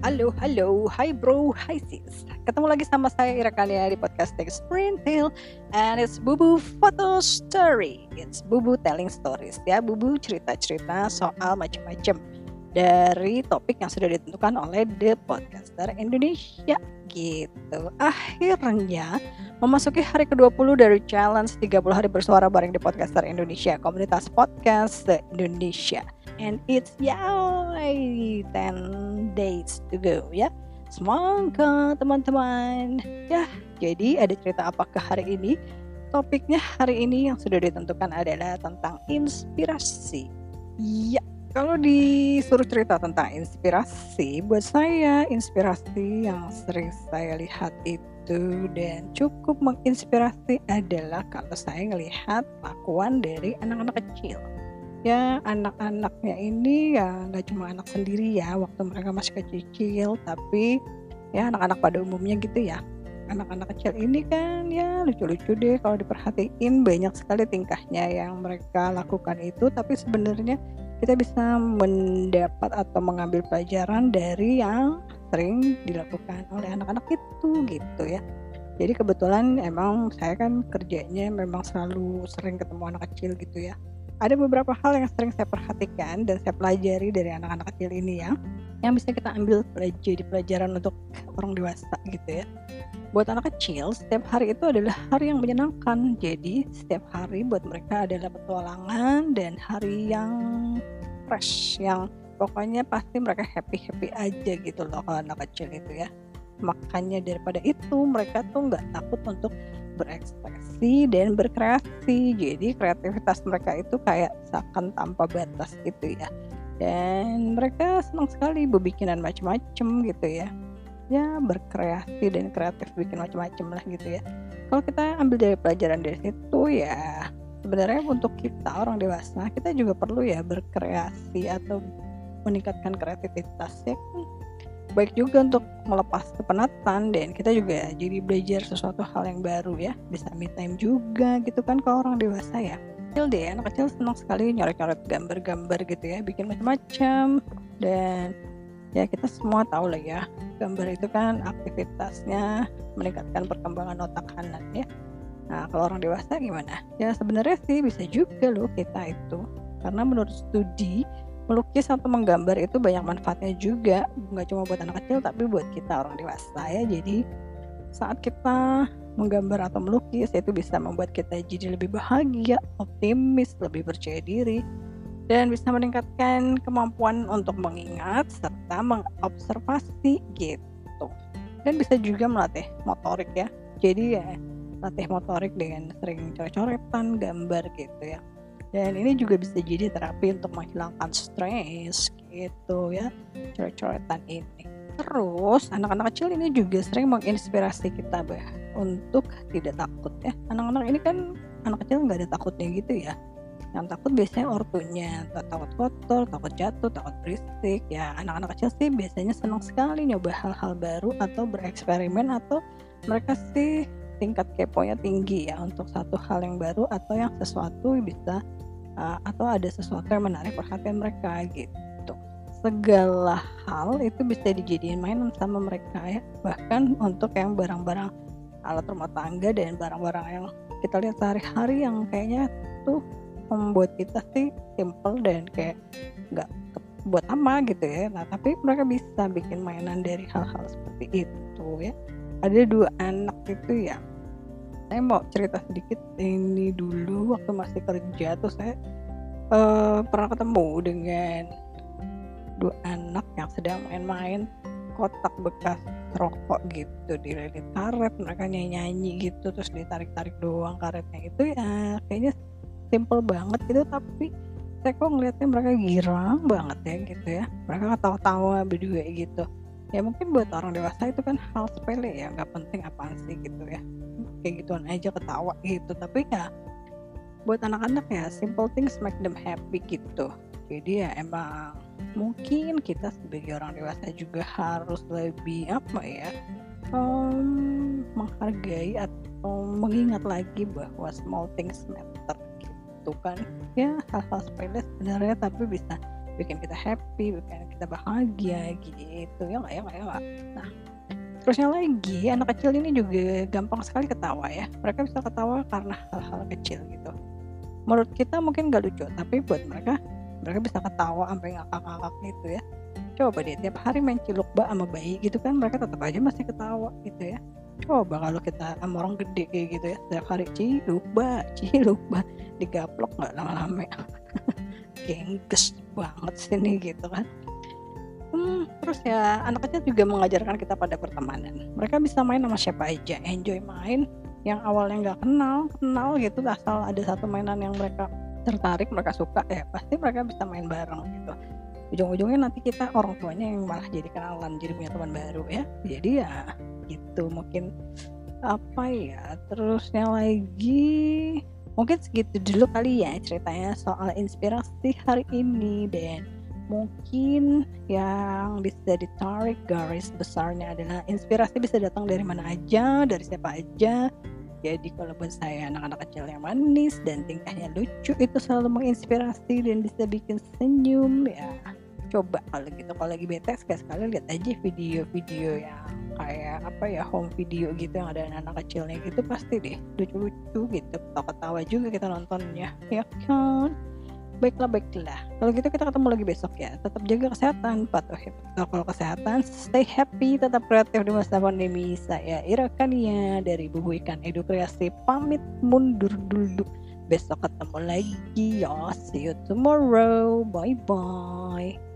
Hi bro, hi sis. Ketemu lagi sama saya Ira Kania di podcast Text Sprintil, and it's Bubu Photo Story. It's Bubu telling stories ya, Bubu cerita-cerita soal macam-macam dari topik yang sudah ditentukan oleh The Podcaster Indonesia gitu. Akhirnya memasuki hari ke-20 dari challenge 30 hari bersuara bareng The Podcaster Indonesia, komunitas podcast Indonesia. And it's 10 days to go ya. Semangat teman-teman. Ya, jadi ada cerita apakah hari ini? Topiknya hari ini yang sudah ditentukan adalah tentang inspirasi. Ya, kalau disuruh cerita tentang inspirasi, buat saya inspirasi yang sering saya lihat itu dan cukup menginspirasi adalah kalau saya melihat kelakuan dari anak-anak kecil. Ya, anak-anaknya ini ya nggak cuma anak sendiri ya waktu mereka masih kecil, tapi ya anak-anak pada umumnya gitu ya. Anak-anak kecil ini kan ya lucu-lucu deh kalau diperhatiin, banyak sekali tingkahnya yang mereka lakukan itu, tapi sebenarnya kita bisa mendapat atau mengambil pelajaran dari yang sering dilakukan oleh anak-anak itu gitu ya. Jadi kebetulan emang saya kan kerjanya memang selalu sering ketemu anak kecil gitu ya. Ada beberapa hal yang sering saya perhatikan dan saya pelajari dari anak-anak kecil ini ya, yang bisa kita ambil jadi pelajaran untuk orang dewasa gitu ya. Buat anak kecil, setiap hari itu adalah hari yang menyenangkan. Jadi setiap hari buat mereka adalah petualangan dan hari yang fresh, yang pokoknya pasti mereka happy-happy aja gitu loh kalau anak kecil itu ya. Makanya daripada itu mereka tuh nggak takut untuk berekspresi dan berkreasi. Jadi kreativitas mereka itu kayak seakan tanpa batas gitu ya. Dan mereka senang sekali berbikinan macam-macam gitu ya. Ya, berkreasi dan kreatif, bikin macam-macam lah gitu ya. Kalau kita ambil dari pelajaran dari situ ya, sebenarnya untuk kita orang dewasa kita juga perlu ya berkreasi atau meningkatkan kreativitas ya kan. Baik juga untuk melepas kepenatan dan kita juga jadi belajar sesuatu hal yang baru ya, bisa me time juga gitu kan kalau orang dewasa ya. Kecil deh, anak kecil senang sekali nyoret-nyoret gambar-gambar gitu ya, bikin macam-macam. Dan ya kita semua tahu lah ya, gambar itu kan aktivitasnya meningkatkan perkembangan otak kanan ya. Nah kalau orang dewasa gimana? Ya sebenarnya sih bisa juga loh kita itu, karena menurut studi melukis atau menggambar itu banyak manfaatnya juga, nggak cuma buat anak kecil tapi buat kita orang dewasa ya. Jadi saat kita menggambar atau melukis itu bisa membuat kita jadi lebih bahagia, optimis, lebih percaya diri, dan bisa meningkatkan kemampuan untuk mengingat serta mengobservasi gitu. Dan bisa juga melatih motorik ya. Jadi ya latih motorik dengan sering coret-coretan gambar gitu ya. Dan ini juga bisa jadi terapi untuk menghilangkan stres gitu ya, coret-coretan ini. Terus anak-anak kecil ini juga sering menginspirasi kita untuk tidak takut ya. Anak-anak ini kan anak kecil nggak ada takutnya gitu ya. Yang takut biasanya ortunya, takut kotor, takut jatuh, takut berisik ya. Anak-anak kecil sih biasanya senang sekali nyoba hal-hal baru atau bereksperimen, atau mereka sih tingkat keponya tinggi ya untuk satu hal yang baru atau yang sesuatu bisa atau ada sesuatu yang menarik perhatian mereka gitu. Segala hal itu bisa dijadiin mainan sama mereka ya, bahkan untuk yang barang-barang alat rumah tangga dan barang-barang yang kita lihat sehari-hari yang kayaknya tuh membuat kita sih simple dan kayak nggak buat apa gitu ya. Nah tapi mereka bisa bikin mainan dari hal-hal seperti itu ya. Ada 2 anak itu ya, saya mau cerita sedikit ini dulu. Waktu masih kerja tuh saya pernah ketemu dengan 2 anak yang sedang main-main kotak bekas rokok gitu, dililit karet, mereka nyanyi gitu, terus ditarik-tarik doang karetnya itu ya. Kayaknya simple banget gitu, tapi saya kok ngeliatnya mereka girang banget ya gitu ya. Mereka ketawa-tawa berdua gitu. Ya mungkin buat orang dewasa itu kan hal sepele ya, nggak penting apaan sih gitu ya, kayak gituan aja ketawa gitu. Tapi ya buat anak-anak ya simple things make them happy gitu. Jadi ya emang mungkin kita sebagai orang dewasa juga harus lebih menghargai atau mengingat lagi bahwa small things matter gitu kan ya. Hal-hal sepele sebenarnya tapi bisa bikin kita happy, bikin kita bahagia gitu. Ya nggak. Nah, terusnya lagi, anak kecil ini juga gampang sekali ketawa ya. Mereka bisa ketawa karena hal-hal kecil gitu. Menurut kita mungkin gak lucu, tapi buat mereka bisa ketawa sampai ngakak-ngakak gitu ya. Coba deh tiap hari main cilukba sama bayi gitu kan, mereka tetap aja masih ketawa gitu ya. Coba kalau kita sama orang gede kayak gitu ya, tiap hari cilukba digaplok nggak lama-lama. Gengges banget sini gitu kan. Terus ya anak kecil juga mengajarkan kita pada pertemanan. Mereka bisa main sama siapa aja, enjoy main. Yang awalnya nggak kenal gitu, asal ada satu mainan yang mereka tertarik, mereka suka, ya pasti mereka bisa main bareng gitu. Ujung-ujungnya nanti kita orang tuanya yang malah jadi kenalan, jadi punya teman baru ya. Jadi ya gitu mungkin apa ya. Terusnya lagi mungkin segitu dulu kali ya ceritanya soal inspirasi hari ini, dan mungkin yang bisa ditarik garis besarnya adalah inspirasi bisa datang dari mana aja, dari siapa aja. Jadi kalau buat saya, anak-anak kecil yang manis dan tingkahnya lucu itu selalu menginspirasi dan bisa bikin senyum ya. Coba kalau gitu, kalau lagi bete sekali-sekali lihat aja video-video yang kayak apa ya, home video gitu yang ada anak-anak kecilnya gitu, pasti deh lucu-lucu gitu, ketawa-ketawa juga kita nontonnya ya kan. Baiklah. Kalau gitu kita ketemu lagi besok ya. Tetap jaga kesehatan, patuhi protokol kesehatan, stay happy, tetap kreatif di masa pandemi. Saya Ira Kania dari Bubu Ikan Edu Kreasi pamit mundur dulu. Besok ketemu lagi ya. See you tomorrow. Bye bye.